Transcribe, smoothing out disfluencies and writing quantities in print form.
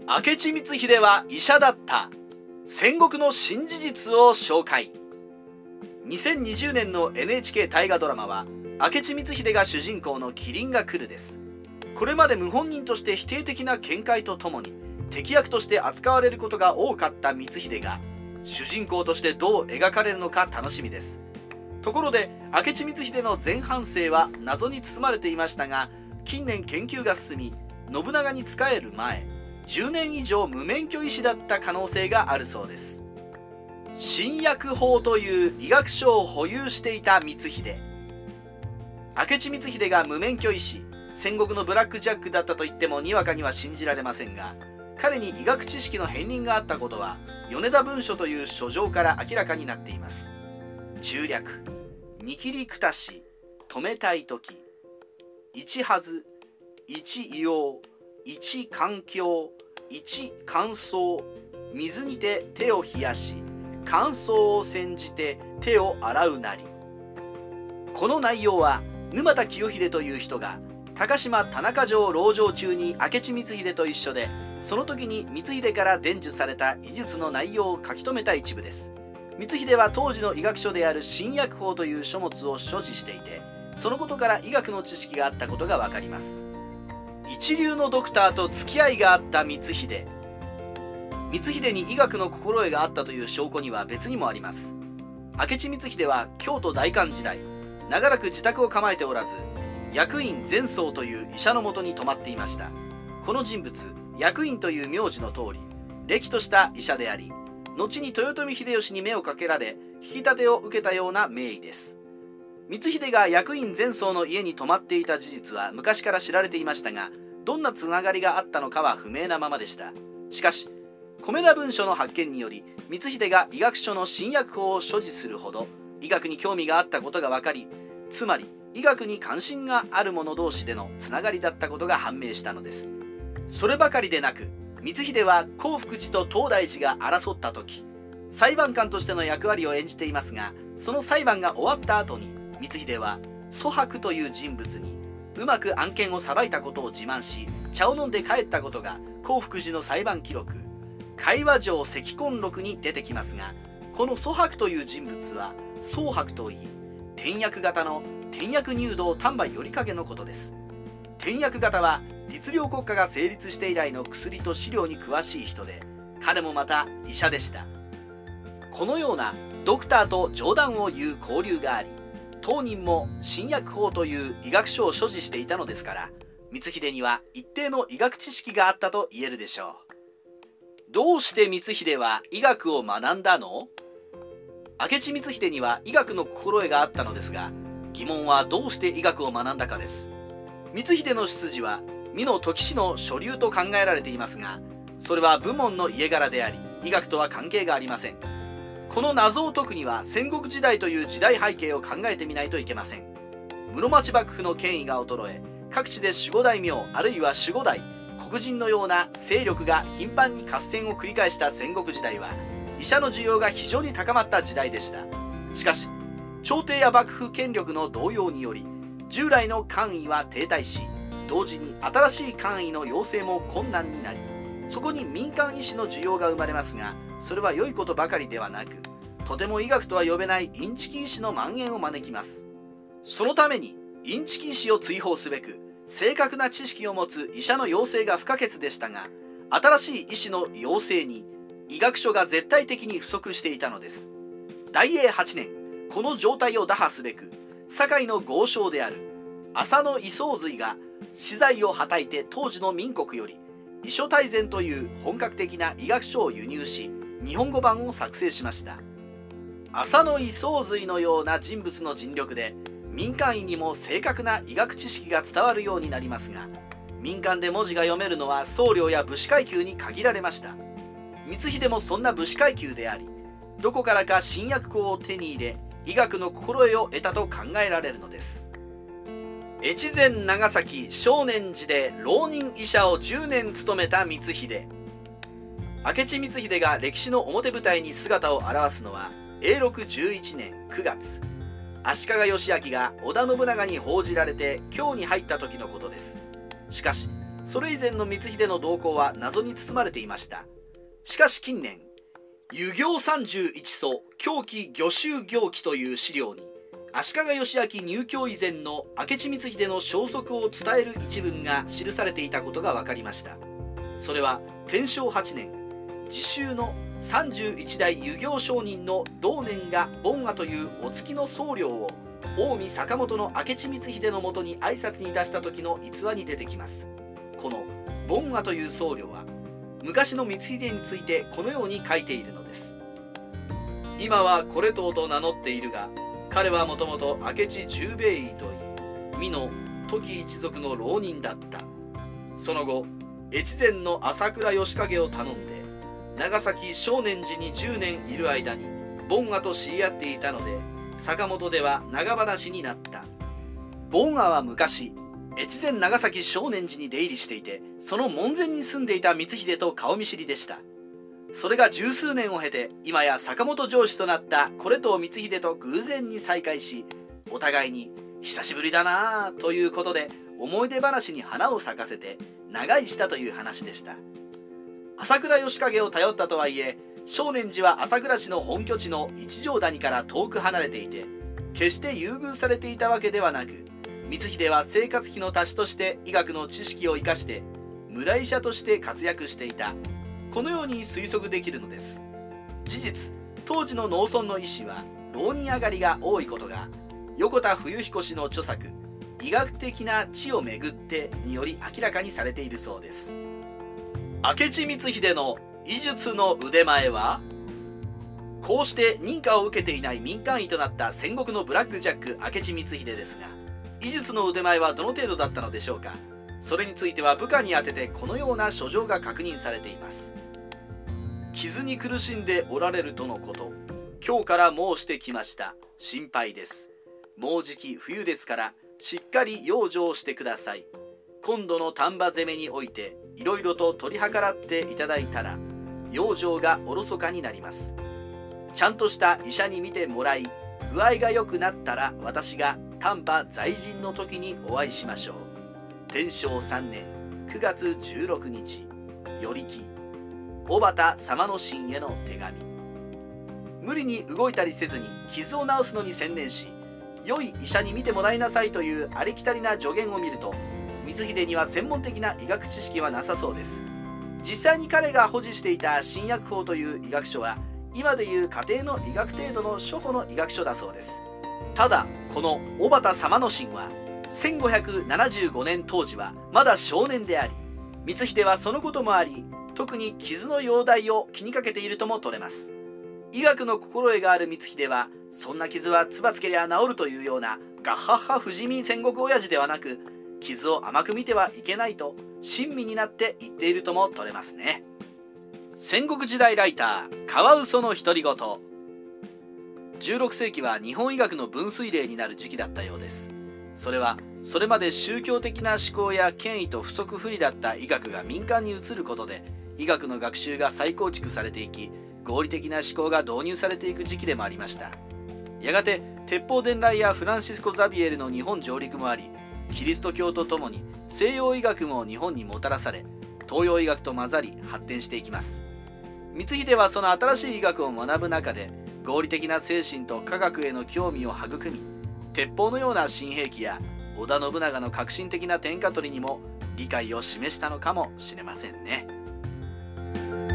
明智光秀は医者だった。戦国の新事実を紹介。2020年の NHK 大河ドラマは明智光秀が主人公の麒麟が来るです。これまで謀反人として否定的な見解とともに敵役として扱われることが多かった光秀が主人公としてどう描かれるのか楽しみです。ところで明智光秀の前半生は謎に包まれていましたが、近年研究が進み信長に仕える前10年以上無免許医師だった可能性があるそうです。新薬法という医学書を保有していた光秀。明智光秀が無免許医師、戦国のブラックジャックだったと言ってもにわかには信じられませんが、彼に医学知識の片鱗があったことは米田文書という書状から明らかになっています。中略、煮切りくたし、止めたい時、一はず、一硫黄、一環境、一乾燥、水にて手を冷やし乾燥を煎じて手を洗うなり。この内容は沼田清秀という人が高島田中城籠城中に明智光秀と一緒で、その時に光秀から伝授された医術の内容を書き留めた一部です。光秀は当時の医学書である新薬法という書物を所持していて、そのことから医学の知識があったことがわかります。一流のドクターと付き合いがあった光秀。光秀に医学の心得があったという証拠には別にもあります。明智光秀は京都大官時代長らく自宅を構えておらず、薬院善宗という医者のもとに泊まっていました。この人物、薬院という名字の通りれきとした医者であり、後に豊臣秀吉に目をかけられ引き立てを受けたような名医です。光秀が薬院善宗の家に泊まっていた事実は昔から知られていましたが、どんなつながりがあったのかは不明なままでした。しかし米田文書の発見により光秀が医学書の新薬法を所持するほど医学に興味があったことが分かり、つまり医学に関心がある者同士でのつながりだったことが判明したのです。そればかりでなく、光秀は興福寺と東大寺が争った時裁判官としての役割を演じていますが、その裁判が終わった後に光秀は祖伯という人物にうまく案件を裁いたことを自慢し茶を飲んで帰ったことが興福寺の裁判記録会話状赤根録に出てきますが、この祖伯という人物は宗伯といい、天薬型の天薬入道丹波頼景のことです。天薬型は律令国家が成立して以来の薬と飼料に詳しい人で、彼もまた医者でした。このようなドクターと冗談を言う交流があり、当人も新薬法という医学書を所持していたのですから、光秀には一定の医学知識があったと言えるでしょう。どうして光秀は医学を学んだの？明智光秀には医学の心得があったのですが、疑問はどうして医学を学んだかです。光秀の出自は美濃土岐市の所流と考えられていますが、それは武門の家柄であり医学とは関係がありません。この謎を解くには戦国時代という時代背景を考えてみないといけません。室町幕府の権威が衰え、各地で守護大名あるいは守護代黒人のような勢力が頻繁に合戦を繰り返した戦国時代は医者の需要が非常に高まった時代でした。しかし朝廷や幕府権力の動揺により従来の官位は停滞し、同時に新しい官位の養成も困難になり、そこに民間医師の需要が生まれますが、それは良いことばかりではなく、とても医学とは呼べないインチキ医師の蔓延を招きます。そのためにインチキ医師を追放すべく正確な知識を持つ医者の養成が不可欠でしたが、新しい医師の養成に医学書が絶対的に不足していたのです。大永8年、この状態を打破すべく堺の豪商である浅野伊宗瑞が私財をはたいて当時の民国より医書大全という本格的な医学書を輸入し、日本語版を作成しました。浅野伊宗瑞のような人物の尽力で民間医にも正確な医学知識が伝わるようになりますが、民間で文字が読めるのは僧侶や武士階級に限られました。光秀もそんな武士階級であり、どこからか新薬法を手に入れ医学の心得を得たと考えられるのです。越前長崎少年寺で浪人医者を10年務めた光秀。明智光秀が歴史の表舞台に姿を現すのは永禄11年9月、足利義昭が織田信長に報じられて京に入った時のことです。しかしそれ以前の光秀の動向は謎に包まれていました。しかし近年、遊行31祖狂気御宗行記という資料に、足利義昭入京以前の明智光秀の消息を伝える一文が記されていたことが分かりました。それは天正8年、自宗の31代遊行商人の同年が盆阿というお付きの僧侶を近江坂本の明智光秀のもとに挨拶に出した時の逸話に出てきます。この盆阿という僧侶は昔の光秀についてこのように書いているのです。今はこれとと名乗っているが、彼はもともと明智十兵衛医といい、美濃土岐一族の浪人だった。その後越前の朝倉義景を頼んで長崎少年寺に10年いる間に盆阿と知り合っていたので、坂本では長話になった。盆阿は昔越前長崎少年寺に出入りしていて、その門前に住んでいた光秀と顔見知りでした。それが十数年を経て、今や坂本城主となったこれと光秀と偶然に再会し、お互いに久しぶりだなぁということで思い出話に花を咲かせて長居したという話でした。朝倉義景を頼ったとはいえ、少年寺は朝倉市の本拠地の一条谷から遠く離れていて、決して優遇されていたわけではなく、光秀は生活費の足しとして医学の知識を生かして村医者として活躍していた、このように推測できるのです。事実、当時の農村の医師は浪人上がりが多いことが、横田冬彦氏の著作「医学的な知をめぐって」により明らかにされているそうです。明智光秀の医術の腕前は、こうして認可を受けていない民間医となった戦国のブラックジャック明智光秀ですが、医術の腕前はどの程度だったのでしょうか。それについては部下に宛ててこのような書状が確認されています。傷に苦しんでおられるとのこと。今日から申してきました。心配です。もうじき冬ですからしっかり養生してください。今度の丹波攻めにおいていろいろと取り計らっていただいたら養生がおろそかになります。ちゃんとした医者に診てもらい、具合が良くなったら私が丹波在陣の時にお会いしましょう。天正3年9月16日、与力小畑様の神への手紙。無理に動いたりせずに傷を治すのに専念し、良い医者に診てもらいなさいというありきたりな助言を見ると、光秀には専門的な医学知識はなさそうです。実際に彼が保持していた新薬法という医学書は、今でいう家庭の医学程度の初歩の医学書だそうです。ただこの小畑様の神は1575年当時はまだ少年であり、光秀はそのこともあり特に傷の容体を気にかけているとも取れます。医学の心得がある光秀は、そんな傷はつばつけりゃ治るというようなガッハッハ不死身戦国親父ではなく、傷を甘く見てはいけないと親身になって言っているとも取れますね。戦国時代ライターカワウソの独り言。16世紀は日本医学の分水嶺になる時期だったようです。それはそれまで宗教的な思考や権威と不足不利だった医学が民間に移ることで、医学の学習が再構築されていき、合理的な思考が導入されていく時期でもありました。やがて鉄砲伝来やフランシスコ・ザビエルの日本上陸もあり、キリスト教とともに西洋医学も日本にもたらされ、東洋医学と混ざり発展していきます。光秀はその新しい医学を学ぶ中で、合理的な精神と科学への興味を育み、鉄砲のような新兵器や織田信長の革新的な天下取りにも理解を示したのかもしれませんね。